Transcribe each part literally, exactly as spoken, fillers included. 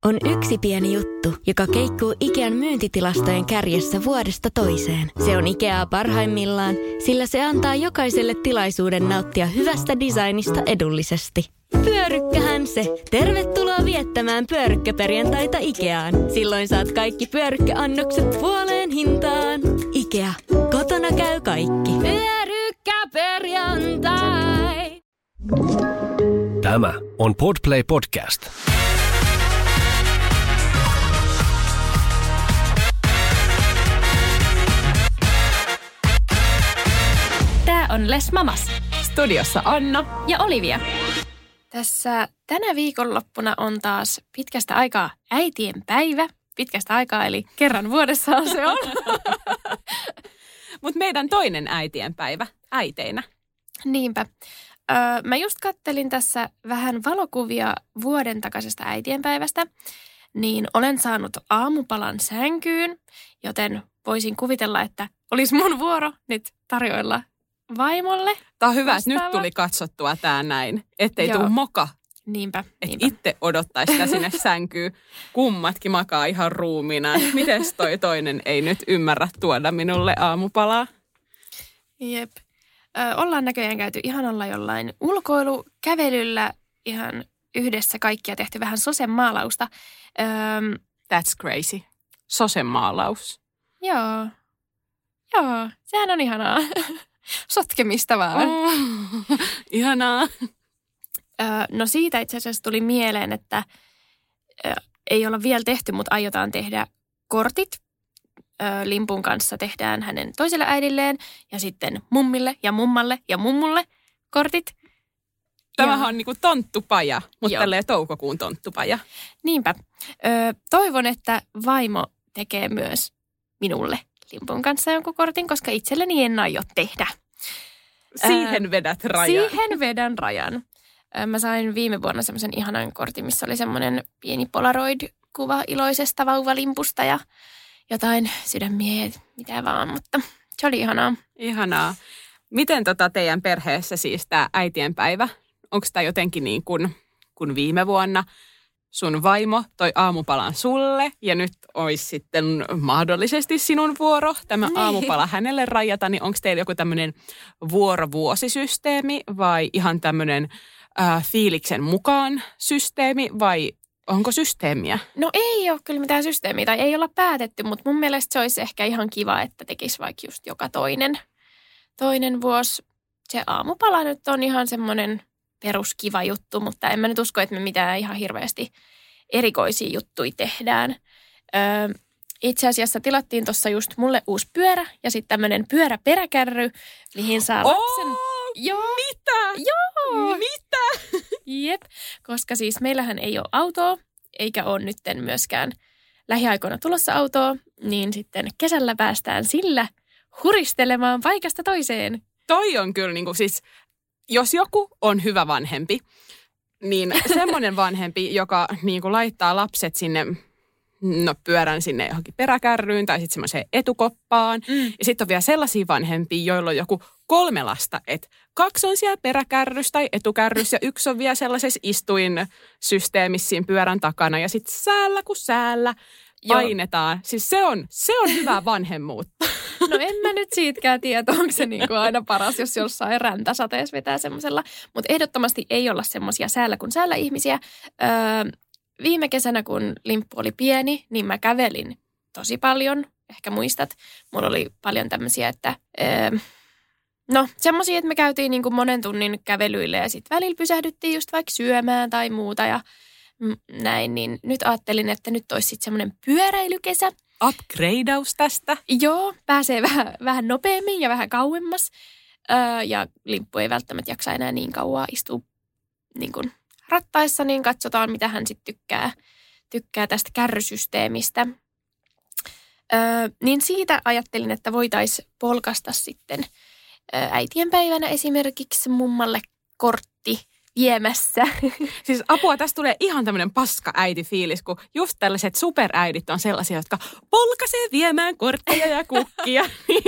on yksi pieni juttu, joka keikkuu Ikean myyntitilastojen kärjessä vuodesta toiseen. Se on Ikeaa parhaimmillaan, sillä se antaa jokaiselle tilaisuuden nauttia hyvästä designista edullisesti. Pyörykkähän se! Tervetuloa viettämään pyörykkäperjantaita Ikeaan. Silloin saat kaikki pyörykkäannokset puoleen hintaan. Ikea. Kotona käy kaikki. Pyörykkäperjantai! Tämä on Podplay Podcast. Tää on Les Mamas. Studiossa Anna ja Olivia. Tässä tänä viikonloppuna on taas pitkästä aikaa äitien päivä. Pitkästä aikaa, eli kerran vuodessa se on. Mutta meidän toinen äitien päivä äiteinä. Niinpä. Öö, mä just kattelin tässä vähän valokuvia vuoden takaisesta äitienpäivästä, niin olen saanut aamupalan sänkyyn, joten voisin kuvitella, että olisi mun vuoro nyt tarjoilla vaimolle. Tämä on hyvä, että nyt tuli katsottua tämä näin, ettei tule moka. Niinpä, niinpä. Että itse odottaisi sitä sinne sänkyyn. Kummatkin makaa ihan ruumiina. Mites toi toinen ei nyt ymmärrä tuoda minulle aamupalaa? Jep. Ö, ollaan näköjään käyty ihanalla jollain ulkoilukävelyllä ihan yhdessä kaikkia tehty vähän sosenmaalausta. Ö, That's crazy. Sosenmaalaus. Joo. Joo, sehän on ihanaa. Sotkemista vaan. Oh, ihanaa. Ö, no siitä itse asiassa tuli mieleen, että ö, ei olla vielä tehty, mutta aiotaan tehdä kortit. Ö, Limpun kanssa tehdään hänen toiselle äidilleen ja sitten mummille ja mummalle ja mummulle kortit. Tämähän ja... on niinku tonttupaja, mutta tälleen toukokuun tonttupaja. Niinpä. Ö, toivon, että vaimo tekee myös minulle Limpun kanssa jonkun kortin, koska itselleni en aio tehdä. Siihen Ö, vedät rajan. Siihen vedän rajan. Ö, mä sain viime vuonna semmoisen ihanan kortin, missä oli semmoinen pieni Polaroid-kuva iloisesta vauvalimpusta ja jotain sydämiä ja mitä vaan, mutta se oli ihanaa. Ihanaa. Miten tota teidän perheessä siis tämä äitienpäivä? Onko tämä jotenkin niin kuin, kuin viime vuonna? Sun vaimo toi aamupalan sulle ja nyt olisi sitten mahdollisesti sinun vuoro tämä niin. aamupala hänelle rajata. Niin onko teillä joku tämmöinen vuorovuosisysteemi vai ihan tämmöinen äh, fiiliksen mukaan systeemi vai onko systeemiä? No ei ole kyllä mitään systeemiä tai ei olla päätetty, mutta mun mielestä se olisi ehkä ihan kiva, että tekisi vaikka just joka toinen, toinen vuosi. Se aamupala nyt on ihan semmoinen peruskiva juttu, mutta en mä nyt usko, että me mitään ihan hirveästi erikoisia juttuja tehdään. Öö, itse asiassa tilattiin tuossa just mulle uusi pyörä ja sitten tämmöinen pyöräperäkärry, mihin saa lapsen... Oh, Joo. Mitä? Joo. Mitä? Jep, koska siis meillähän ei ole autoa, eikä ole nytten myöskään lähiaikoina tulossa autoa, niin sitten kesällä päästään sillä huristelemaan paikasta toiseen. Toi on kyllä niinku siis... Jos joku on hyvä vanhempi, niin semmoinen vanhempi, joka niin kuin laittaa lapset sinne, no pyörän sinne johonkin peräkärryyn tai sitten semmoiseen etukoppaan. Mm. Ja sitten on vielä sellaisia vanhempia, joilla on joku kolme lasta, että kaksi on siellä peräkärryssä tai etukärryssä ja yksi on vielä sellaisessa istuinsysteemissä siinä pyörän takana. Ja sitten säällä kun säällä painetaan. Siis se on, se on hyvää vanhemmuutta. No en mä nyt siitäkään tiedä, onko se niinku aina paras, jos jossain räntäsateessa vetää semmoisella. Mutta ehdottomasti ei olla semmoisia säällä kuin säällä ihmisiä. Öö, viime kesänä, kun Limppu oli pieni, niin mä kävelin tosi paljon. Ehkä muistat, mulla oli paljon tämmöisiä, että... Öö, no semmoisia, että me käytiin niinku monen tunnin kävelyille ja sitten välillä pysähdyttiin just vaikka syömään tai muuta ja näin. Niin nyt ajattelin, että nyt olisi sitten semmoinen pyöräilykesä. Upgradeaus tästä. Joo, pääsee vähän, vähän nopeammin ja vähän kauemmas. Öö, ja Limppu ei välttämättä jaksa enää niin kauan istua niin kuin rattaissa, niin katsotaan, mitä hän sitten tykkää, tykkää tästä kärrysysteemistä. Öö, niin siitä ajattelin, että voitaisiin polkasta sitten öö, äitienpäivänä esimerkiksi mummalle kortti viemässä. Siis apua, tästä tulee ihan tämmöinen paska äiti-fiilis, kun just tällaiset superäidit on sellaisia, jotka polkaisee viemään kortteja ja kukkia.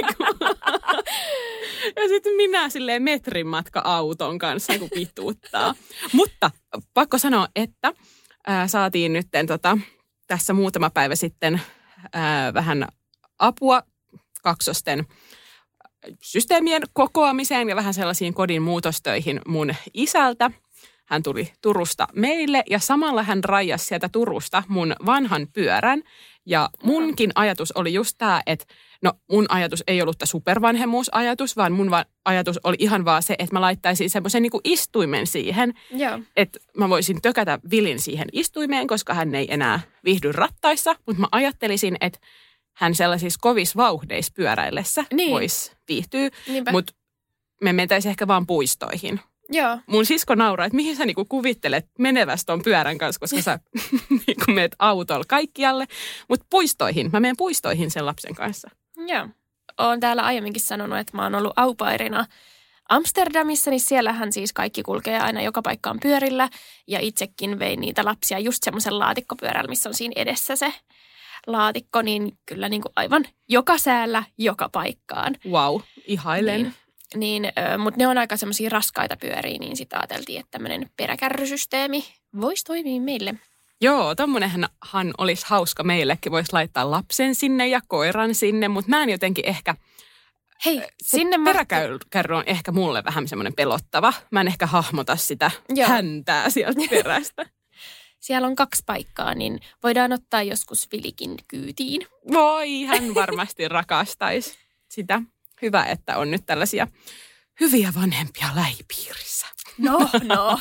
Ja sitten minä silleen metrin matka auton kanssa, kun pituuttaa. Mutta pakko sanoa, että ää, saatiin nyt tota, tässä muutama päivä sitten ää, vähän apua kaksosten systeemien kokoamiseen ja vähän sellaisiin kodin muutostöihin mun isältä. Hän tuli Turusta meille ja samalla hän rajasi sieltä Turusta mun vanhan pyörän. Ja munkin ajatus oli just tämä, että no mun ajatus ei ollut tämä supervanhemmuusajatus, vaan mun va- ajatus oli ihan vaan se, että mä laittaisin semmoisen niinku istuimen siihen. Joo. Että mä voisin tökätä Vilin siihen istuimeen, koska hän ei enää viihdy rattaissa. Mutta mä ajattelisin, että hän sellaisissa kovissa vauhdeissa pyöräillessä niin voisi viihtyä. Mutta me mentäisiin ehkä vaan puistoihin. Joo. Mun sisko nauraa, että mihin sä niinku kuvittelet menevästä ton pyörän kanssa, koska sä niinku meet autolla kaikkialle. Mutta puistoihin, mä menen puistoihin sen lapsen kanssa. Joo. Oon täällä aiemminkin sanonut, että mä oon ollut au pairina Amsterdamissa, niin siellähän siis kaikki kulkee aina joka paikkaan pyörillä. Ja itsekin vein niitä lapsia just semmoisen laatikkopyörällä, missä on siinä edessä se laatikko, niin kyllä niin kuin aivan joka säällä, joka paikkaan. Wow, ihailen. Niin. Niin, mutta ne on aika semmoisia raskaita pyöriä, niin sitten ajateltiin, että tämmöinen peräkärrysysteemi voisi toimia meille. Joo, tommonenhan olisi hauska meillekin. Voisi laittaa lapsen sinne ja koiran sinne, mutta mä en jotenkin ehkä... Hei, sinne peräkärry on ehkä mulle vähän semmoinen pelottava. Mä en ehkä hahmota sitä Joo. häntää sieltä perästä. Siellä on kaksi paikkaa, niin voidaan ottaa joskus Vilikin kyytiin. Voi, hän varmasti rakastaisi sitä. Hyvä, että on nyt tällaisia hyviä vanhempia lähipiirissä. No, no.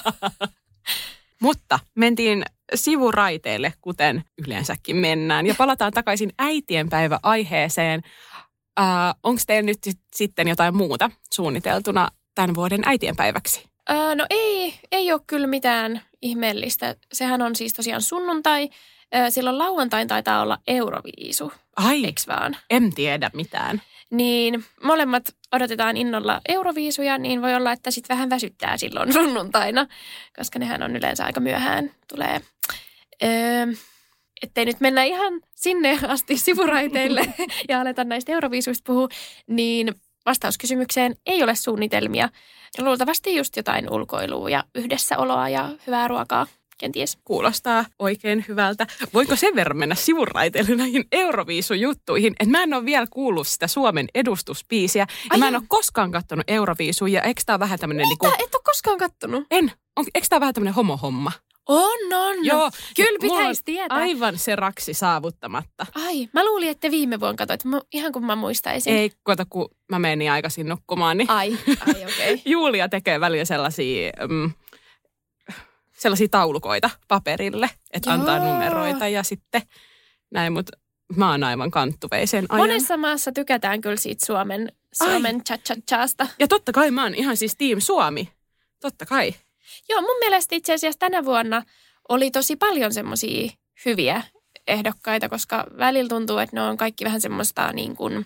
Mutta mentiin sivuraiteille, kuten yleensäkin mennään. Ja palataan takaisin äitienpäivä-aiheeseen. Äh, Onko teillä nyt sitten jotain muuta suunniteltuna tämän vuoden äitienpäiväksi? Äh, no ei, ei ole kyllä mitään ihmeellistä. Sehän on siis tosiaan sunnuntai. Äh, silloin lauantain taitaa olla Euroviisu. Ai, eiks vaan? En tiedä mitään. Niin molemmat odotetaan innolla Euroviisuja, niin voi olla, että sitten vähän väsyttää silloin sunnuntaina, koska nehän on yleensä aika myöhään tulee. Öö, ettei nyt mennä ihan sinne asti sivuraiteille ja aleta näistä Euroviisuista puhua, niin vastauskysymykseen ei ole suunnitelmia. Luultavasti just jotain ulkoilua ja yhdessäoloa ja hyvää ruokaa. Kenties. Kuulostaa oikein hyvältä. Voinko sen verran mennä sivuraiteille näihin Euroviisujuttuihin, että mä en ole vielä kuullut sitä Suomen edustuspiisiä. Ja mä en ole koskaan kattonut Euroviisuja. Eikö tää vähän tämmönen... Mitä? Niinku... Et ole koskaan kattonut? En. On, eikö tää vähän tämmönen homohomma? On, on. Joo. Kyllä pitäisi tietää. Aivan se raksi saavuttamatta. Ai, mä luulin, että viime vuonna katsoit. Mä, ihan kun mä muistaisin. Ei, kota kun mä menin niin aikaisin nukkumaan. Niin ai, ai okei. Okay. Julia tekee välillä sellaisia... Mm, sellaisia taulukoita paperille, että Joo. antaa numeroita ja sitten näin, mutta mä oon aivan kanttuveisen ajan. Monessa maassa tykätään kyllä siitä Suomen, Suomen cha-cha-chaasta. Ja totta kai mä oon ihan siis Team Suomi. Totta kai. Joo, mun mielestä itse asiassa tänä vuonna oli tosi paljon semmoisia hyviä ehdokkaita, koska välillä tuntuu, että ne on kaikki vähän semmoista niin kuin,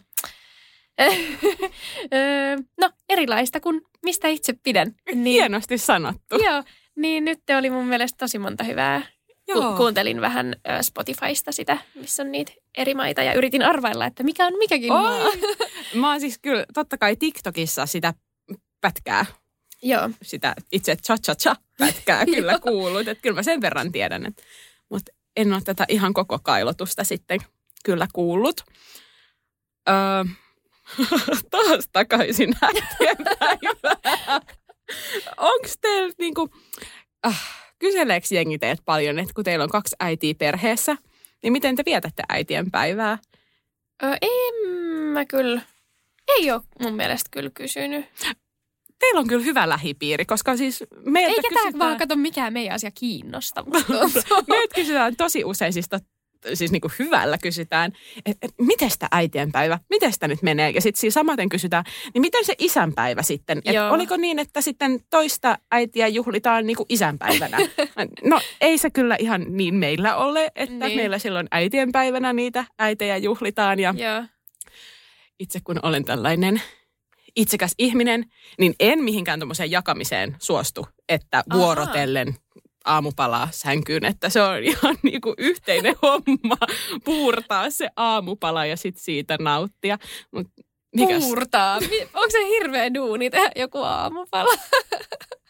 no erilaista kuin mistä itse pidän. Niin, hienosti sanottu. Joo. Niin nyt oli mun mielestä tosi monta hyvää. Ku- kuuntelin vähän Spotifysta sitä, missä on niitä eri maita ja yritin arvailla, että mikä on mikäkin Oi. maa. Mä oon siis kyllä totta kai TikTokissa sitä pätkää. Joo. Sitä itse cha-cha-cha pätkää kyllä kuullut. Että kyllä mä sen verran tiedän, että, mutta en ole tätä ihan koko kailotusta sitten kyllä kuullut. Öö, taas takaisin äitienpäivään. Onko teillä niinku, äh, kyseleekö jengi teet paljon, että kun teillä on kaksi äitiä perheessä, niin miten te vietätte äitienpäivää? Öö, en mä kyllä, ei ole mun mielestä kyllä kysynyt. Teillä on kyllä hyvä lähipiiri, koska siis meiltä ei ketään kysytään... vaan kato mikään meidän asia kiinnostaa. Meiltä kysytään tosi usein siis siis niin kuin hyvällä kysytään, että et, miten sitä äitienpäivä, miten sitä nyt menee? Ja sitten siis samaten kysytään, niin miten se isänpäivä sitten? Et oliko niin, että sitten toista äitiä juhlitaan niin kuin isänpäivänä? No ei se kyllä ihan niin meillä ole, että niin. Meillä silloin äitienpäivänä niitä äitejä juhlitaan. Ja Joo. Itse kun olen tällainen itsekäs ihminen, niin en mihinkään tuommoiseen jakamiseen suostu, että vuorotellen... Aha. Aamupalaa sänkyyn, että se on ihan niinku yhteinen homma puurtaa se aamupala ja sitten siitä nauttia. Mut mikäs? Puurtaa? Onko se hirveä duuni tehdä joku aamupala?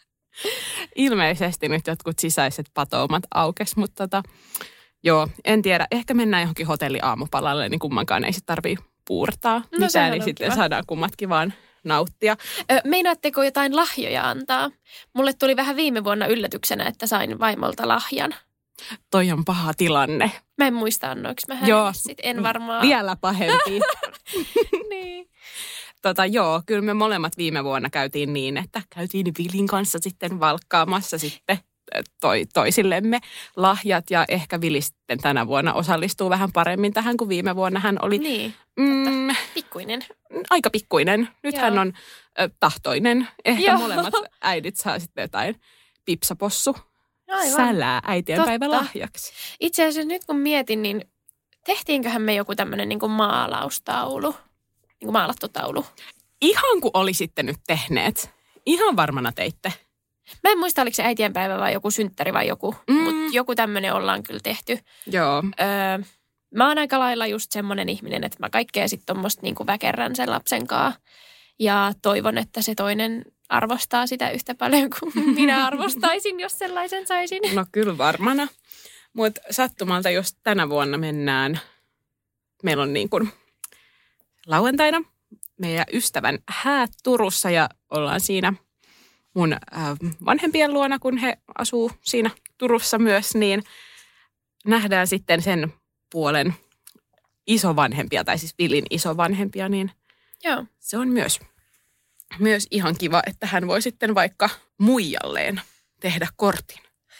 Ilmeisesti nyt jotkut sisäiset patoumat aukes, mutta tota, joo, en tiedä. Ehkä mennään johonkin hotelliaamupalalle, niin kummankaan ei sitten tarvitse puurtaa no, mitään, niin sitten kiva. Saadaan kummatkin vaan nauttia. Ö, meinaatteko jotain lahjoja antaa? Mulle tuli vähän viime vuonna yllätyksenä, että sain vaimolta lahjan. Toi on paha tilanne. Mä en muista annoinko mä hänelle sit. En varmaan. Vielä pahempi. Niin. Tota, joo, kyllä me molemmat viime vuonna käytiin niin, että käytiin Vilin kanssa sitten valkkaamassa sitten toi, toisillemme lahjat. Ja ehkä Vili sitten tänä vuonna osallistuu vähän paremmin tähän, kuin viime vuonna hän oli. Niin, mm, pikkuinen. Aika pikkuinen. Nyt joo. hän on ö, tahtoinen. Ehkä joo. molemmat äidit saa sitten jotain pipsapossu. Aivan. Sälää äitienpäivän lahjaksi. Itse asiassa nyt kun mietin, niin tehtiinköhän me joku tämmöinen niin kuin maalaustaulu, niin kuin maalattu taulu? Ihan kuin olisitte nyt tehneet. Ihan varmana teitte. Mä en muista, oliko se äitienpäivä vai joku synttäri vai joku, mm. mutta joku tämmöinen ollaan kyllä tehty. Joo. Öö, mä oon aika lailla just semmoinen ihminen, että mä kaikkea sitten tommoista niin kuin väkerrän sen lapsen kanssa. Ja toivon, että se toinen arvostaa sitä yhtä paljon kuin minä arvostaisin, jos sellaisen saisin. No kyllä varmana. Mutta sattumalta, jos tänä vuonna mennään, meillä on niin kuin lauantaina meidän ystävän häät Turussa ja ollaan siinä mun äh, vanhempien luona, kun he asuu siinä Turussa myös, niin nähdään sitten sen puolen isovanhempia, tai siis Vilin isovanhempia, niin joo. Se on myös, myös ihan kiva, että hän voi sitten vaikka muijalleen tehdä kortin.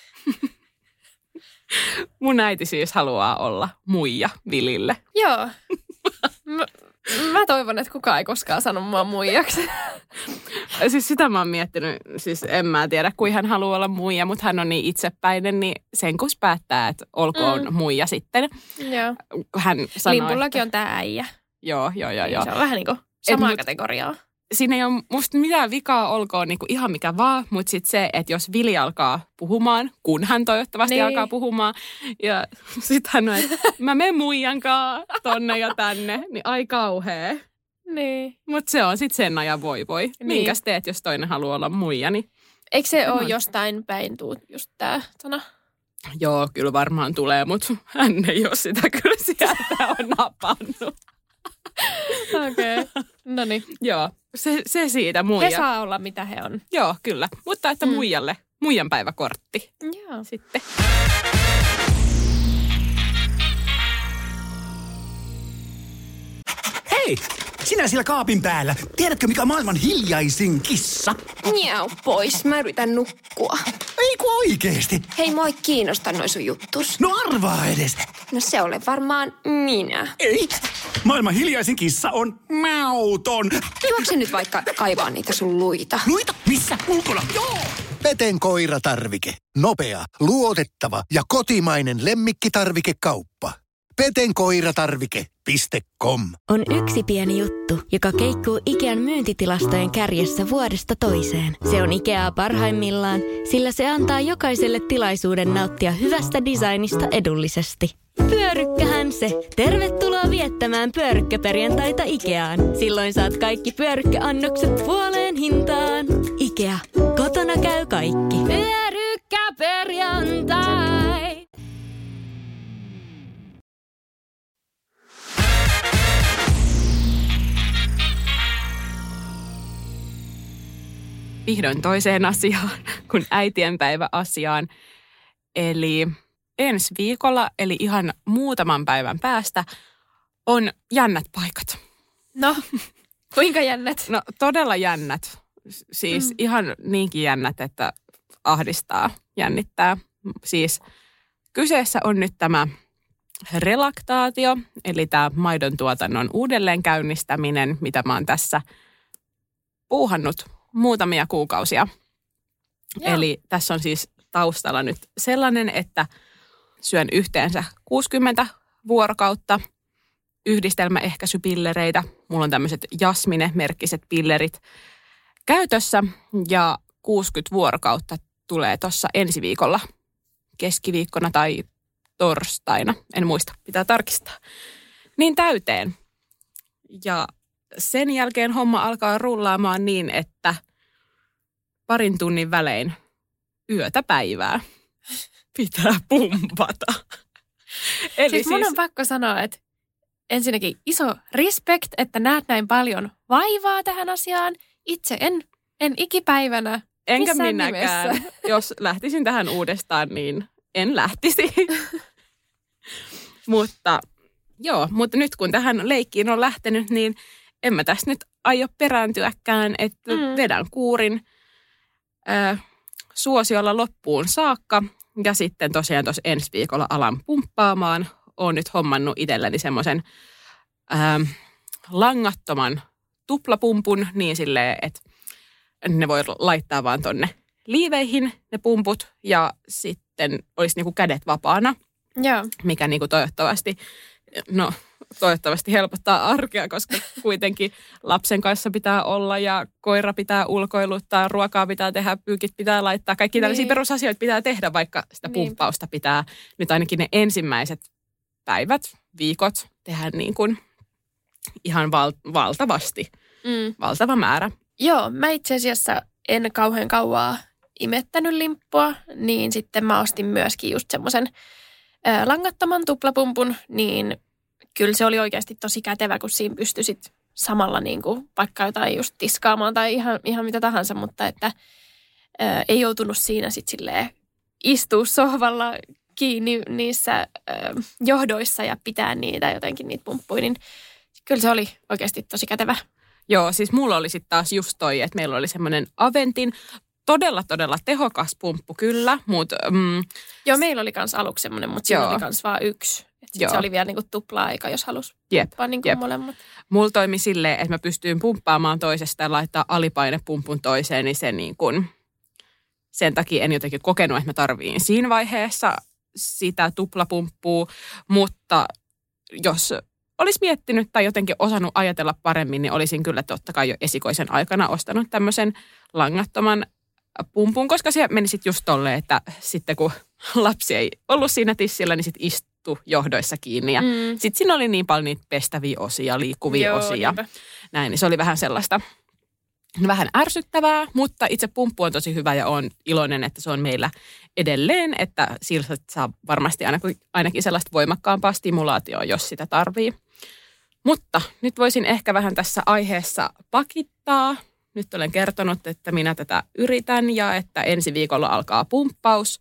Mun äiti siis haluaa olla muija Vilille. Joo. Mä, mä toivon, että kukaan ei koskaan sano mua muijaksi. Siis sitä mä oon miettinyt, siis en mä tiedä, kuin hän haluaa olla muija, mutta hän on niin itsepäinen, niin sen kun päättää, että olkoon mm. muija sitten. Joo. Hän sanoo, Limpullakin että on tää äijä. Joo, joo, joo. joo. Se on vähän niin kuin samaa mut, kategoriaa. Siinä ei ole musta mitään vikaa, olkoon niin kuin ihan mikä vaan, mutta sitten se, että jos Vili alkaa puhumaan, kun hän toivottavasti niin. alkaa puhumaan, ja sitten hän on, että mä menen muijankaan tonne ja tänne, niin ai kauhea. Niin. Mutta se on sitten sen ajan voi voi. Niin. Minkäs teet, jos toinen haluaa olla muija, niin... Eikö se ole jostain päin tuu just tää sana? Joo, kyllä varmaan tulee, mutta hän ei ole sitä kyllä sieltä on napannut. Okei, okay. No niin. Joo, se, se siitä muija. He saa olla mitä he on. Joo, kyllä. Mutta että mm. muijalle, muijan päiväkortti. Joo. Sitten. Hei, sinä siellä kaapin päällä. Tiedätkö, mikä on maailman hiljaisin kissa? Miau pois, mä yritän nukkua. Ei kun oikeesti. Hei, moi kiinnosta noi sun juttus. No arvaa edes. No se ole varmaan minä. Ei, maailman hiljaisin kissa on mauton. Juokse nyt vaikka kaivaa niitä sun luita. Luita? Missä? Ulkona? Joo! Peten koiratarvike. Nopea, luotettava ja kotimainen lemmikkitarvikekauppa. peten koiratarvike piste com. On yksi pieni juttu, joka keikkuu Ikean myyntitilastojen kärjessä vuodesta toiseen. Se on Ikeaa parhaimmillaan, sillä se antaa jokaiselle tilaisuuden nauttia hyvästä designista edullisesti. Pyörykkähän se! Tervetuloa viettämään pyörykkäperjantaita Ikeaan. Silloin saat kaikki pyörykkäannokset puoleen hintaan. Ikea. Kotona käy kaikki. Pyörykkäperjantai! Vihdoin toiseen asiaan, kun äitienpäiväasiaan. Eli ensi viikolla, eli ihan muutaman päivän päästä, on jännät paikat. No, kuinka jännät? No todella jännät. Siis mm. ihan niinkin jännät, että ahdistaa, jännittää. Siis kyseessä on nyt tämä relaktaatio, eli tämä maidon tuotannon uudelleenkäynnistäminen, mitä mä oon tässä puuhannut muutamia kuukausia. Joo. Eli tässä on siis taustalla nyt sellainen, että syön yhteensä kuusikymmentä vuorokautta yhdistelmäehkäisypillereitä. Mulla on tämmöiset Jasmine-merkkiset pillerit käytössä ja kuusikymmentä vuorokautta tulee tuossa ensi viikolla keskiviikkona tai torstaina. En muista, pitää tarkistaa. Niin täyteen. Ja sen jälkeen homma alkaa rullaamaan niin, että parin tunnin välein yötä päivää pitää pumpata. Eli siis mun siis, on pakko sanoa, että ensinnäkin iso respect, että näet näin paljon vaivaa tähän asiaan. Itse en, en ikipäivänä enkä missään minäkään. nimessä. Jos lähtisin tähän uudestaan, niin en lähtisi. Mutta joo, mutta nyt kun tähän leikkiin on lähtenyt, niin en mä tässä nyt aio perääntyäkään, että mm. vedän kuurin äh, suosiolla loppuun saakka. Ja sitten tosiaan tuossa ensi viikolla alan pumppaamaan. Oon nyt hommannut itselleni semmoisen äh, langattoman tuplapumpun niin silleen, että ne voi laittaa vaan tonne liiveihin ne pumput ja sitten olisi niinku kädet vapaana, Joo. mikä niinku toivottavasti, no toivottavasti helpottaa arkea, koska kuitenkin lapsen kanssa pitää olla ja koira pitää ulkoiluttaa, ruokaa pitää tehdä, pyykit pitää laittaa. Kaikki tällaisia niin. perusasioita pitää tehdä, vaikka sitä pumppausta pitää nyt ainakin ne ensimmäiset päivät, viikot tehdä niin kuin ihan val- valtavasti, mm. valtava määrä. Joo, mä itse asiassa en kauhean kauaa imettänyt limppua, niin sitten mä ostin myöskin just semmoisen ää, langattoman tuplapumpun, niin kyllä se oli oikeasti tosi kätevä, kun siinä pystyi sit samalla niin kuin vaikka jotain just tiskaamaan tai ihan, ihan mitä tahansa, mutta että ää, ei joutunut siinä sitten silleen istua sohvalla kiinni niissä ää, johdoissa ja pitää niitä jotenkin niitä pumppuja, niin kyllä se oli oikeasti tosi kätevä. Joo, siis mulla oli sitten taas just toi, että meillä oli semmoinen Aventin todella, todella tehokas pumppu kyllä, mutta... Mm, Joo, meillä oli kans aluksi semmoinen, mutta siinä oli kans vaan yksi. Sitten se oli vielä niinku tupla-aika, jos halusi pumppaa niinku molemmat. Mulla toimi silleen, että mä pystyin pumppaamaan toisesta ja laittaa alipainepumpun toiseen, niin se niin kun, sen takia en jotenkin kokenut, että mä tarviin siinä vaiheessa sitä tuplapumppua, mutta jos olisi miettinyt tai jotenkin osannut ajatella paremmin, niin olisin kyllä totta kai jo esikoisen aikana ostanut tämmöisen langattoman pumpun, koska se meni sitten just tolleen, että sitten kun lapsi ei ollut siinä tissillä, niin sitten istui johdoissa kiinni. Ja mm. sitten siinä oli niin paljon niitä pestäviä osia, liikkuvia Joo, osia. Niinpä. Näin, niin se oli vähän sellaista, vähän ärsyttävää, mutta itse pumppu on tosi hyvä ja olen iloinen, että se on meillä edelleen, että sillä saa varmasti ainakin sellaista voimakkaampaa stimulaatioa, jos sitä tarvii. Mutta nyt voisin ehkä vähän tässä aiheessa pakittaa. Nyt olen kertonut, että minä tätä yritän ja että ensi viikolla alkaa pumppaus.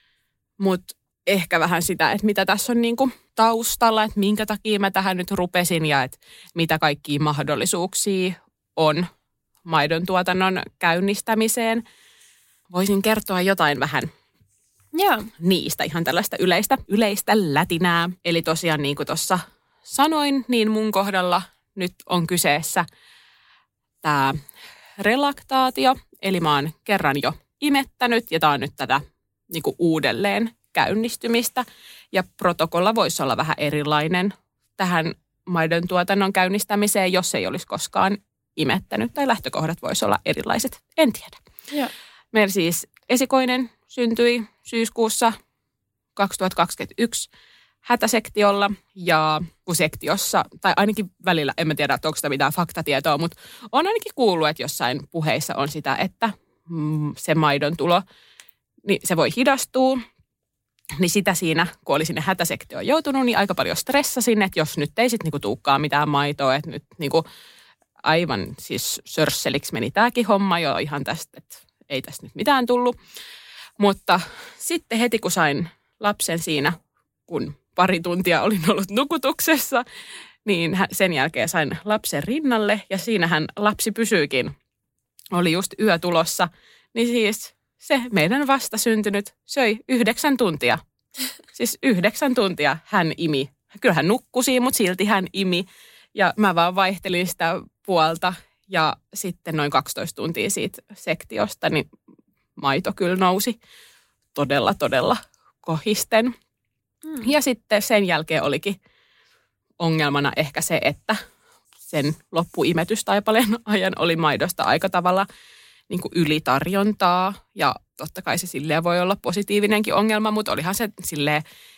Mutta ehkä vähän sitä, että mitä tässä on niinku taustalla, että minkä takia mä tähän nyt rupesin ja että mitä kaikkia mahdollisuuksia on maidon tuotannon käynnistämiseen. Voisin kertoa jotain vähän Joo. niistä, ihan tällaista yleistä, yleistä lätinää. Eli tosiaan niin kuin tuossa sanoin, niin mun kohdalla nyt on kyseessä tämä relaktaatio. Eli mä oon kerran jo imettänyt ja tää on nyt tätä niin kuin uudelleen käynnistymistä. Ja protokolla voisi olla vähän erilainen tähän maidon tuotannon käynnistämiseen, jos ei olisi koskaan imettänyt. Tai lähtökohdat voisi olla erilaiset, en tiedä. Joo. Meillä siis esikoinen syntyi syyskuussa kaksituhattakaksikymmentäyksi hätäsektiolla ja sektiossa, tai ainakin välillä, en mä tiedä, että onko sitä mitään faktatietoa, mutta on ainakin kuullut, että jossain puheissa on sitä, että mm, se maidon tulo, niin se voi hidastua. Niin sitä siinä, kun oli sinne hätäsektioon joutunut, niin aika paljon stressasin, että jos nyt ei sitten niinku tuukkaa mitään maitoa, että nyt niinku aivan siis sörsseliksi meni tämäkin homma jo ihan tästä, että ei tästä nyt mitään tullut. Mutta sitten heti kun sain lapsen siinä, kun pari tuntia olin ollut nukutuksessa, niin sen jälkeen sain lapsen rinnalle ja siinähän lapsi pysyykin. Oli just yö tulossa, niin siis se meidän vastasyntynyt söi yhdeksän tuntia. Siis yhdeksän tuntia hän imi. Kyllä hän nukkusi, mutta silti hän imi. Ja mä vaan vaihtelin sitä puolta ja sitten noin kaksitoista tuntia siitä sektiosta, niin maito kyllä nousi todella, todella kohisten. Mm. Ja sitten sen jälkeen olikin ongelmana ehkä se, että sen loppuimetystaipaleen ajan oli maidosta aika tavalla niin kuin ylitarjontaa. Ja totta kai se silleen voi olla positiivinenkin ongelma, mutta olihan se silleen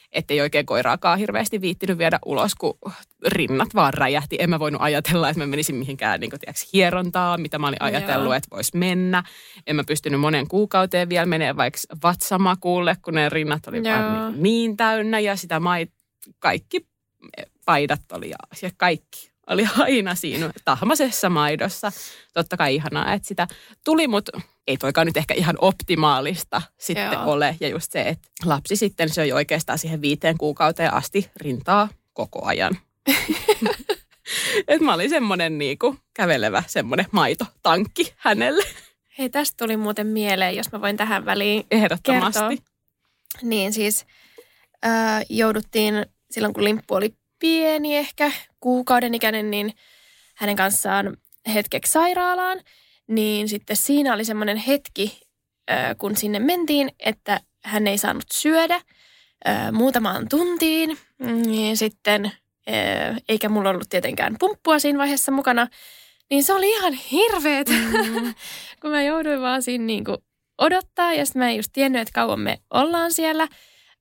ettei oikein koiraakaan hirveästi viittinyt viedä ulos, kun rinnat vaan räjähti. En mä voinut ajatella, että mä menisin mihinkään niin kuin, tiedätkö, hierontaa, mitä mä olin ajatellut, Joo. että vois mennä. En mä pystynyt monen kuukauteen vielä menee vaikka vatsamakuulle, kun ne rinnat oli Joo. vaan niin, niin täynnä ja sitä mait, kaikki paidat oli ja kaikki oli aina siinä tahmasessa maidossa. Totta kai ihanaa, että sitä tuli, mutta ei toikaan nyt ehkä ihan optimaalista sitten Joo. ole. Ja just se, että lapsi sitten söi oikeastaan siihen viiteen kuukauteen asti rintaa koko ajan. Että mä olin semmoinen niinku kävelevä semmoinen maitotankki hänelle. Hei, tästä tuli muuten mieleen, jos mä voin tähän väliin Ehdottomasti. kertoa. Niin siis äh, jouduttiin silloin, kun Limppu oli pieni ehkä, kuukauden ikäinen, niin hänen kanssaan hetkeksi sairaalaan. Niin sitten siinä oli semmoinen hetki, kun sinne mentiin, että hän ei saanut syödä muutamaan tuntiin. Niin sitten, eikä mulla ollut tietenkään pumppua siinä vaiheessa mukana, niin se oli ihan hirveetä, mm. kun mä jouduin vaan siinä niin kuin odottaa. Ja sitten mä en just tiennyt, että kauan me ollaan siellä.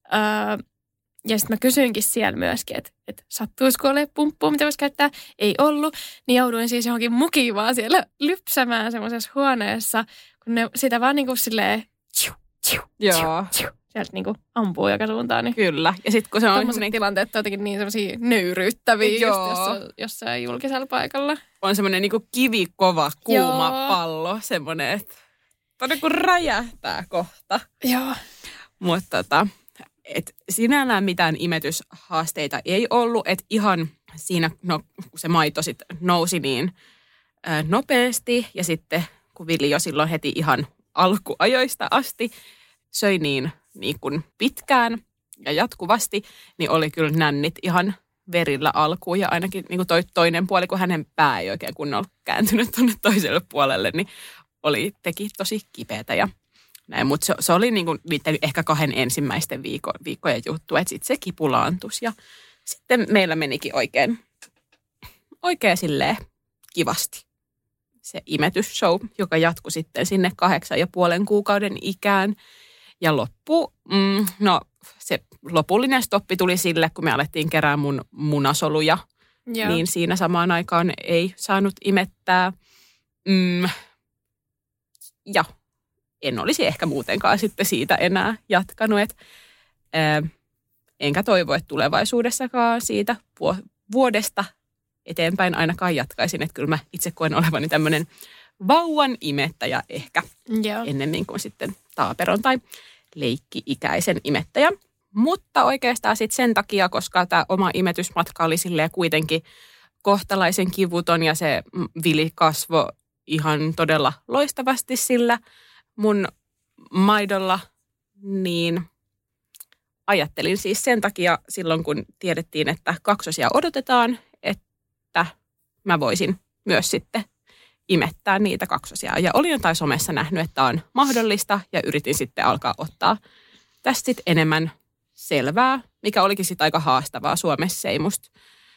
Ja sitten mä kysyinkin siellä myöskin, että, että sattuisiko olemaan pumppua, mitä voisi käyttää. Ei ollut. Niin jouduin siis johonkin mukiin vaan siellä lypsämään semmoisessa huoneessa, kun ne sitä vaan niin kuin silleen tju, tju, Joo. tju, tju, sieltä niin kuin ampuu joka suuntaan. Niin Kyllä. Ja sitten kun se on tommoset niin tilanteet on jotenkin niin semmoisia nöyryyttäviä Joo. just jossain, jossain julkisella paikalla. On semmoinen niin kuin kivikova, kuuma Joo. pallo. Semmoinen, että todella kun räjähtää kohta. Joo. Mutta tota... Että sinällään mitään imetyshaasteita ei ollut, että ihan siinä, no, kun se maito sitten nousi niin ää, nopeasti ja sitten kun Vili jo silloin heti ihan alkuajoista asti söi niin, niin kuin pitkään ja jatkuvasti, niin oli kyllä nännit ihan verillä alkuun ja ainakin niin kuin toi toinen puoli, kun hänen pää ei oikein kunnolla kääntynyt tuonne toiselle puolelle, niin oli, teki tosi kipeätä ja näin, mutta se, se oli niinku niiden ehkä kahden ensimmäisten viikko, viikkojen juttu, että sitten se kipulaantus ja sitten meillä menikin oikein, oikein silleen kivasti se imetysshow, joka jatkui sitten sinne kahdeksan ja puolen kuukauden ikään ja loppu, mm, no se lopullinen stoppi tuli sille, kun me alettiin kerää mun munasoluja, Joo. niin siinä samaan aikaan ei saanut imettää mm, ja en olisi ehkä muutenkaan sitten siitä enää jatkanut. Et, ää, enkä toivo, että tulevaisuudessakaan siitä vuodesta eteenpäin ainakaan jatkaisin. Että kyllä mä itse koen olevani tämmöinen vauvan imettäjä ehkä Joo. ennemmin kuin sitten taaperon tai leikki-ikäisen imettäjä. Mutta oikeastaan sitten sen takia, koska tämä oma imetysmatka oli silleen kuitenkin kohtalaisen kivuton ja se Vili kasvoi ihan todella loistavasti sillä mun maidolla, niin ajattelin siis sen takia silloin, kun tiedettiin, että kaksosia odotetaan, että mä voisin myös sitten imettää niitä kaksosia. Ja olin jotain somessa nähnyt, että on mahdollista ja yritin sitten alkaa ottaa tästä sitten enemmän selvää, mikä olikin sitten aika haastavaa. Suomessa ei musta.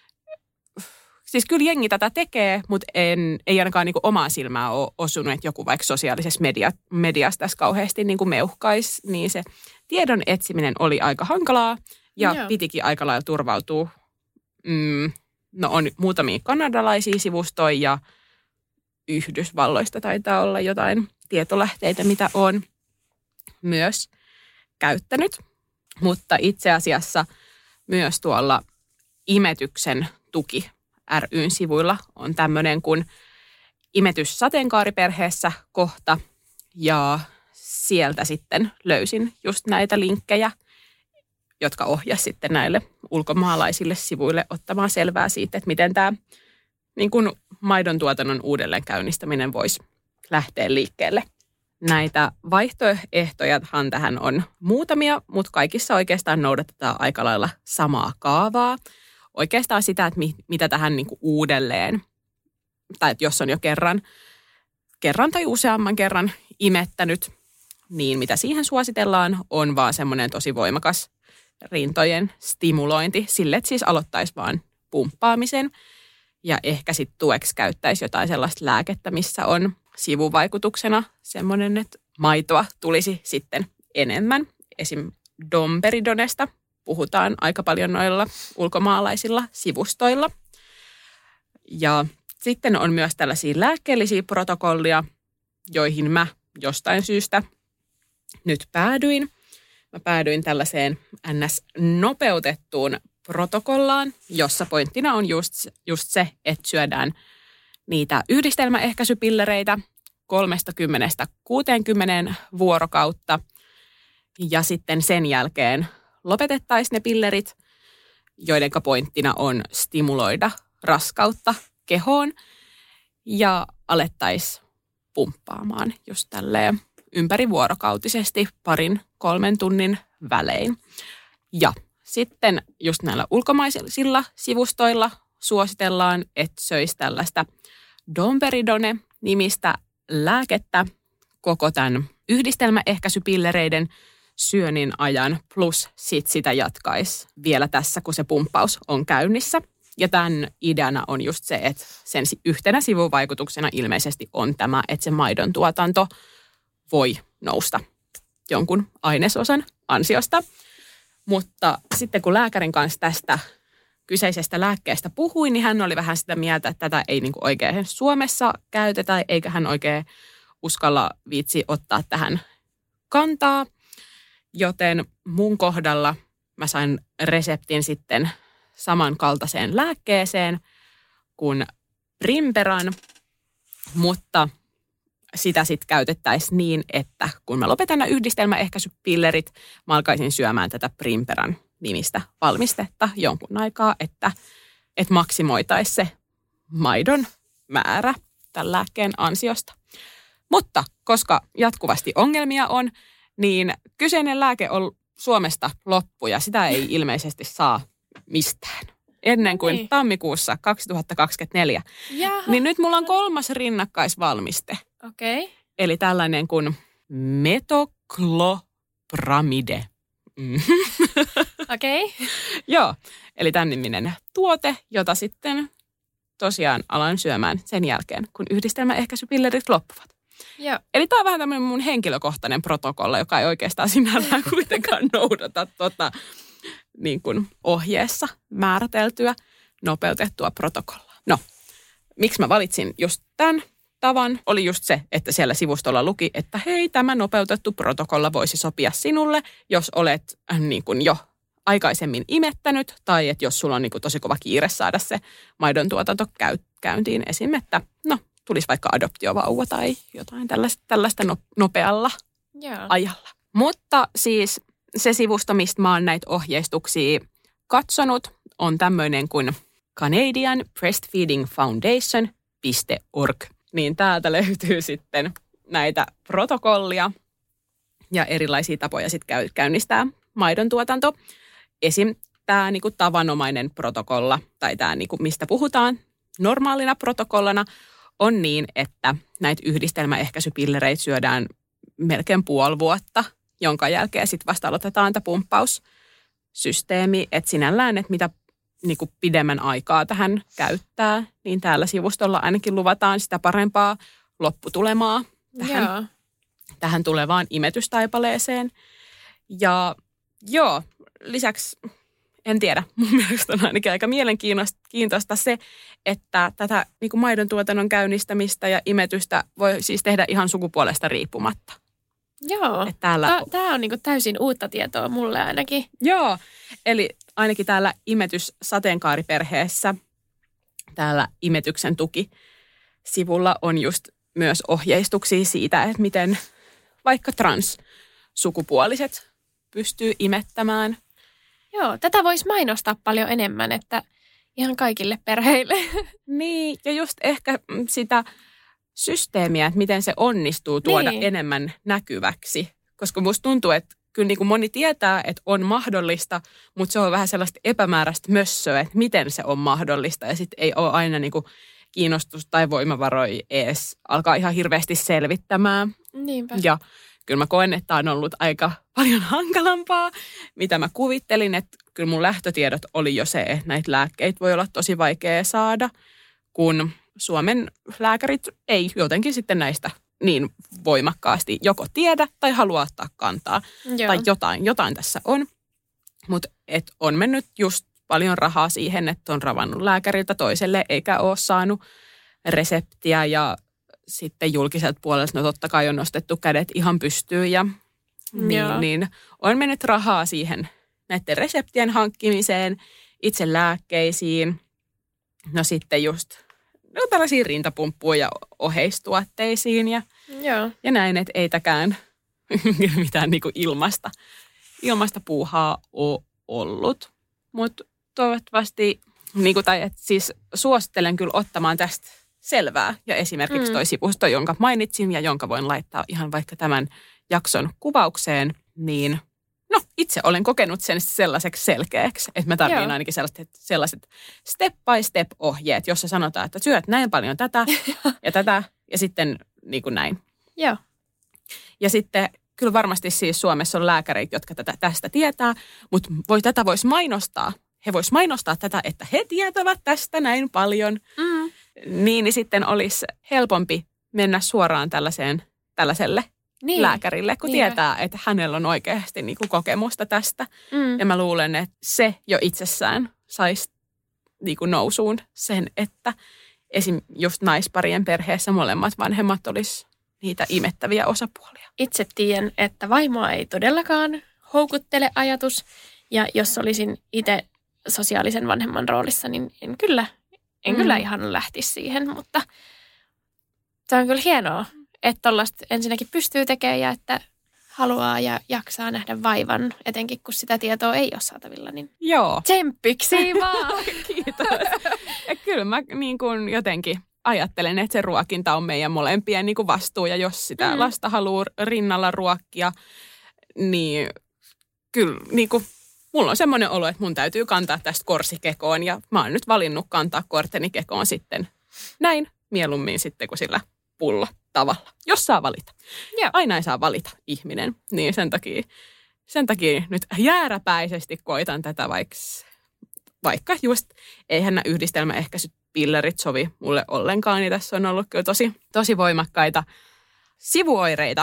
Siis kyllä jengi tätä tekee, mutta en, ei ainakaan niinku omaa silmää ole osunut, että joku vaikka sosiaalisessa media, mediassa tässä kauheasti niinku meuhkaisi, niin se tiedon etsiminen oli aika hankalaa ja Joo. pitikin aika lailla turvautua. Mm, no on muutamia kanadalaisia sivustoja ja Yhdysvalloista taitaa olla jotain tietolähteitä, mitä on myös käyttänyt. Mutta itse asiassa myös tuolla Imetyksen tuki ry:n sivuilla on tämmöinen kuin Imetys sateenkaariperheessä kohta ja sieltä sitten löysin just näitä linkkejä, jotka ohjasi sitten näille ulkomaalaisille sivuille ottamaan selvää siitä, että miten tämä niin kuin maidon tuotannon uudelleen käynnistäminen voisi lähteä liikkeelle. Näitä vaihtoehtojahan tähän on muutamia, mutta kaikissa oikeastaan noudatetaan aika lailla samaa kaavaa. Oikeastaan sitä, että mitä tähän niin kuin uudelleen, tai että jos on jo kerran, kerran tai useamman kerran imettänyt, niin mitä siihen suositellaan on vaan semmoinen tosi voimakas rintojen stimulointi. Sille, että siis aloittaisi vaan pumppaamisen ja ehkä sitten tueksi käyttäisi jotain sellaista lääkettä, missä on sivuvaikutuksena semmoinen, että maitoa tulisi sitten enemmän. Esim. Domperidonesta puhutaan aika paljon noilla ulkomaalaisilla sivustoilla. Ja sitten on myös tällaisia lääkkeellisiä protokollia, joihin mä jostain syystä nyt päädyin. Mä päädyin tällaiseen ns. Nopeutettuun protokollaan, jossa pointtina on just, just se, että syödään niitä yhdistelmäehkäisypillereitä kolmekymmentä kuuteenkymmeneen vuorokautta. Ja sitten sen jälkeen lopetettaisiin ne pillerit, joiden pointtina on stimuloida raskautta kehoon ja alettaisiin pumppaamaan just tälleen ympärivuorokautisesti parin kolmen tunnin välein. Ja sitten just näillä ulkomaisilla sivustoilla suositellaan, että söisi tällaista domperidone-nimistä lääkettä koko tämän yhdistelmäehkäisypillereiden syönnin ajan, plus sit sitä jatkaisi vielä tässä, kun se pumppaus on käynnissä. Ja tämän ideana on just se, että sen yhtenä sivuvaikutuksena ilmeisesti on tämä, että se maidon tuotanto voi nousta jonkun ainesosan ansiosta. Mutta sitten kun lääkärin kanssa tästä kyseisestä lääkkeestä puhuin, niin hän oli vähän sitä mieltä, että tätä ei niin kuin oikein Suomessa käytetä, eikä hän oikein uskalla viitsi ottaa tähän kantaa. Joten mun kohdalla mä sain reseptin sitten samankaltaiseen lääkkeeseen kuin Primperan, mutta sitä sitten käytettäisiin niin, että kun mä lopetan nämä yhdistelmäehkäisypillerit, mä alkaisin syömään tätä Primperan nimistä valmistetta jonkun aikaa, että, että maksimoitaisiin se maidon määrä tämän lääkkeen ansiosta. Mutta koska jatkuvasti ongelmia on, niin kyseinen lääke on Suomesta loppu ja sitä ei ilmeisesti saa mistään. Ennen kuin ei. Tammikuussa kaksituhattakaksikymmentäneljä. Jaha. Niin nyt mulla on kolmas rinnakkaisvalmiste. Okei. Okay. Eli tällainen kuin metoklopramide. Mm. Okei. Okay. Joo, eli tämän niminen tuote, jota sitten tosiaan alan syömään sen jälkeen, kun yhdistelmäehkäisypillerit loppuvat. Joo. Eli tämä on vähän tämmöinen mun henkilökohtainen protokolla, joka ei oikeastaan sinällään kuitenkaan noudata tota, niin kuin ohjeessa määriteltyä nopeutettua protokollaa. No, miksi mä valitsin just tämän tavan? Oli just se, että siellä sivustolla luki, että hei, tämä nopeutettu protokolla voisi sopia sinulle, jos olet äh, niin kuin jo aikaisemmin imettänyt tai että jos sulla on niin kuin tosi kova kiire saada se maidon tuotanto käy, käyntiin esim. Että no, tulisi vaikka adoptiovauva tai jotain tällaista, tällaista nopealla yeah. ajalla. Mutta siis se sivusto, mistä mä oon näitä ohjeistuksia katsonut, on tämmöinen kuin Canadian Breastfeeding Foundation piste org. Niin täältä löytyy sitten näitä protokollia ja erilaisia tapoja sitten käynnistää maidon tuotanto. Esim. Tämä niinku tavanomainen protokolla, tai tämä niinku, mistä puhutaan normaalina protokollana, on niin, että näitä yhdistelmäehkäisypillereitä syödään melkein puoli vuotta, jonka jälkeen sitten vasta aloitetaan tämä pumppaussysteemi. Että sinällään, että mitä niinku pidemmän aikaa tähän käyttää, niin täällä sivustolla ainakin luvataan sitä parempaa lopputulemaa tähän, tähän tulevaan imetystaipaleeseen. Ja joo, lisäksi en tiedä, mun mielestä on ainakin aika mielenkiintoista se, että tätä niin kuin maidon tuotannon käynnistämistä ja imetystä voi siis tehdä ihan sukupuolesta riippumatta. Joo, täällä... tämä on niin kuin täysin uutta tietoa mulle ainakin. Joo, eli ainakin täällä imetyssateenkaariperheessä, täällä imetyksen tuki-sivulla on just myös ohjeistuksia siitä, että miten vaikka transsukupuoliset pystyy imettämään. Joo, tätä voisi mainostaa paljon enemmän, että ihan kaikille perheille. Niin, ja just ehkä sitä systeemiä, että miten se onnistuu tuoda niin enemmän näkyväksi. Koska musta tuntuu, että kyllä niin kuin moni tietää, että on mahdollista, mutta se on vähän sellaista epämääräistä mössöä, että miten se on mahdollista. Ja sitten ei ole aina niin kuin kiinnostus tai voimavaroja edes alkaa ihan hirveästi selvittämään. Niinpä. Ja kyllä mä koen, että on ollut aika paljon hankalampaa, mitä mä kuvittelin, että kyllä mun lähtötiedot oli jo se, että näitä lääkkeitä voi olla tosi vaikea saada, kun Suomen lääkärit ei jotenkin sitten näistä niin voimakkaasti joko tiedä tai halua ottaa kantaa. Joo. Tai jotain, jotain tässä on. Mutta et on mennyt just paljon rahaa siihen, että on ravannut lääkäriltä toiselle eikä ole saanut reseptiä ja sitten julkiselta puolelta, no totta kai on nostettu kädet ihan pystyyn ja niin, niin on mennyt rahaa siihen näiden reseptien hankkimiseen, itse lääkkeisiin, no sitten just no tällaisiin rintapumppuun ja oheistuotteisiin ja, Joo. ja näin, että ei täkään mitään niin kuin ilmasta, ilmasta puuhaa ole ollut. Mutta toivottavasti, niin kuin, tai et siis suosittelen kyllä ottamaan tästä selvää. Ja esimerkiksi toi mm. sivusto, jonka mainitsin ja jonka voin laittaa ihan vaikka tämän jakson kuvaukseen, niin no itse olen kokenut sen sellaiseksi selkeäksi, että mä tarvitsen Joo. ainakin sellaiset, sellaiset step by step ohjeet, jossa sanotaan, että syöt näin paljon tätä ja tätä ja sitten niin kuin näin. Joo. Ja sitten kyllä varmasti siis Suomessa on lääkäreitä, jotka tätä, tästä tietää, mutta voi, tätä voisi mainostaa. He vois mainostaa tätä, että he tietävät tästä näin paljon. Mm. Niin, niin sitten olisi helpompi mennä suoraan tällaiseen, tällaiselle niin. lääkärille, kun niin. tietää, että hänellä on oikeasti niin kuin kokemusta tästä. Mm. Ja mä luulen, että se jo itsessään saisi niin kuin nousuun sen, että esim. Just naisparien perheessä molemmat vanhemmat olisi niitä imettäviä osapuolia. Itse tiedän, että vaimoa ei todellakaan houkuttele ajatus. Ja jos olisin itse sosiaalisen vanhemman roolissa, niin en kyllä, en mm. kyllä ihan lähtisi siihen. Mutta se on kyllä hienoa, että tollaista ensinnäkin pystyy tekemään ja että haluaa ja jaksaa nähdä vaivan, etenkin kun sitä tietoa ei ole saatavilla. Niin Joo. Tsemppiksi vaan! Kiitos. Ja kyllä mä niin kuin jotenkin ajattelen, että se ruokinta on meidän molempien niin kuin vastuu. Ja jos sitä mm. lasta haluaa rinnalla ruokkia, niin kyllä niin kuin mulla on semmoinen olo, että mun täytyy kantaa tästä korsi kekoon. Ja mä oon nyt valinnut kantaa korteni kekoon sitten näin mieluummin sitten kuin sillä pullo tavalla, jos saa valita. Joo. Aina ei saa valita ihminen, niin sen takia, sen takia nyt jääräpäisesti koitan tätä, vaikka, vaikka just eihän nämä yhdistelmäehkäisyt pillerit sovi mulle ollenkaan, niin tässä on ollut kyllä tosi, tosi voimakkaita sivuoireita,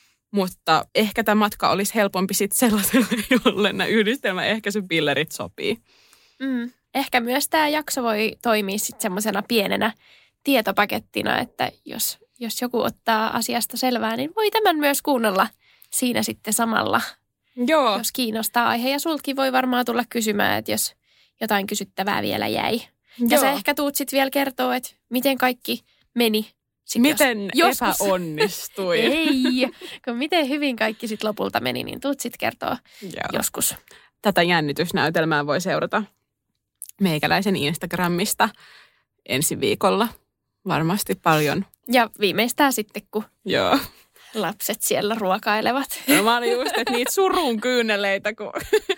mutta ehkä tämä matka olisi helpompi sitten sellaiselle, jolle nämä yhdistelmäehkäisyn pillerit sopii. Mm. Ehkä myös tämä jakso voi toimia sitten semmoisena pienenä tietopakettina, että jos Jos joku ottaa asiasta selvää, niin voi tämän myös kuunnella siinä sitten samalla, Joo. jos kiinnostaa aihe. Ja sultakin voi varmaan tulla kysymään, että jos jotain kysyttävää vielä jäi. Joo. Ja sä ehkä tuut sitten vielä kertoa, että miten kaikki meni. Miten jos, epäonnistui. Ei, kun miten hyvin kaikki sitten lopulta meni, niin tuut sitten kertoa Joo. joskus. Tätä jännitysnäytelmää voi seurata meikäläisen Instagramista ensi viikolla. Varmasti paljon. Ja viimeistään sitten, kun Joo. lapset siellä ruokailevat. No mä olin just, että niitä surun kyyneleitä, kun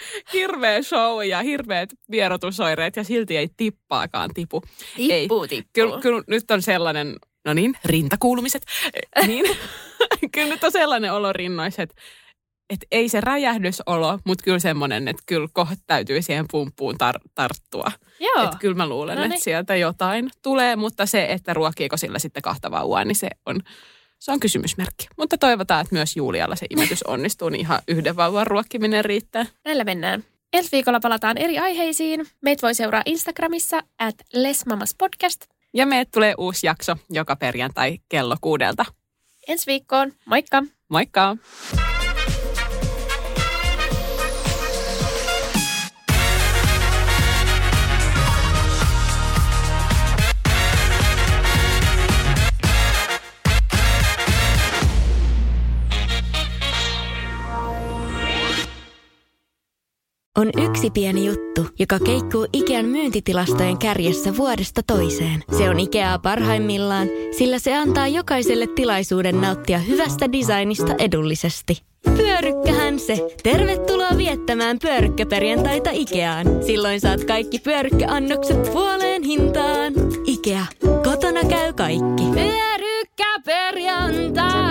hirveä show ja hirveät vierotusoireet ja silti ei tippaakaan tipu. Tippuu, ei. tippuu. Kyllä, kyllä nyt on sellainen, no niin, rintakuulumiset. niin, kyllä nyt on sellainen olo rinnoissa, että et ei se räjähdysolo, mutta kyllä semmoinen, että kyllä kohta täytyy siihen pumppuun tar- tarttua. Joo. Että kyllä mä luulen, no niin. että sieltä jotain tulee, mutta se, että ruokiiko sillä sitten kahta vauvaa, niin se on, se on kysymysmerkki. Mutta toivotaan, että myös Julialla se imetys onnistuu, niin ihan yhden vauvan ruokkiminen riittää. Näillä mennään. Ensi viikolla palataan eri aiheisiin. Meitä voi seuraa Instagramissa at lesmamaspodcast. Ja meille tulee uusi jakso joka perjantai kello kuudelta. Ensi viikkoon. Moikka! Moikka! On yksi pieni juttu, joka keikkuu Ikean myyntitilastojen kärjessä vuodesta toiseen. Se on Ikeaa parhaimmillaan, sillä se antaa jokaiselle tilaisuuden nauttia hyvästä designista edullisesti. Pyörykkähän se! Tervetuloa viettämään pyörykkäperjantaita Ikeaan. Silloin saat kaikki pyörykkäannokset puoleen hintaan. Ikea. Kotona käy kaikki. Pyörykkäperjantai!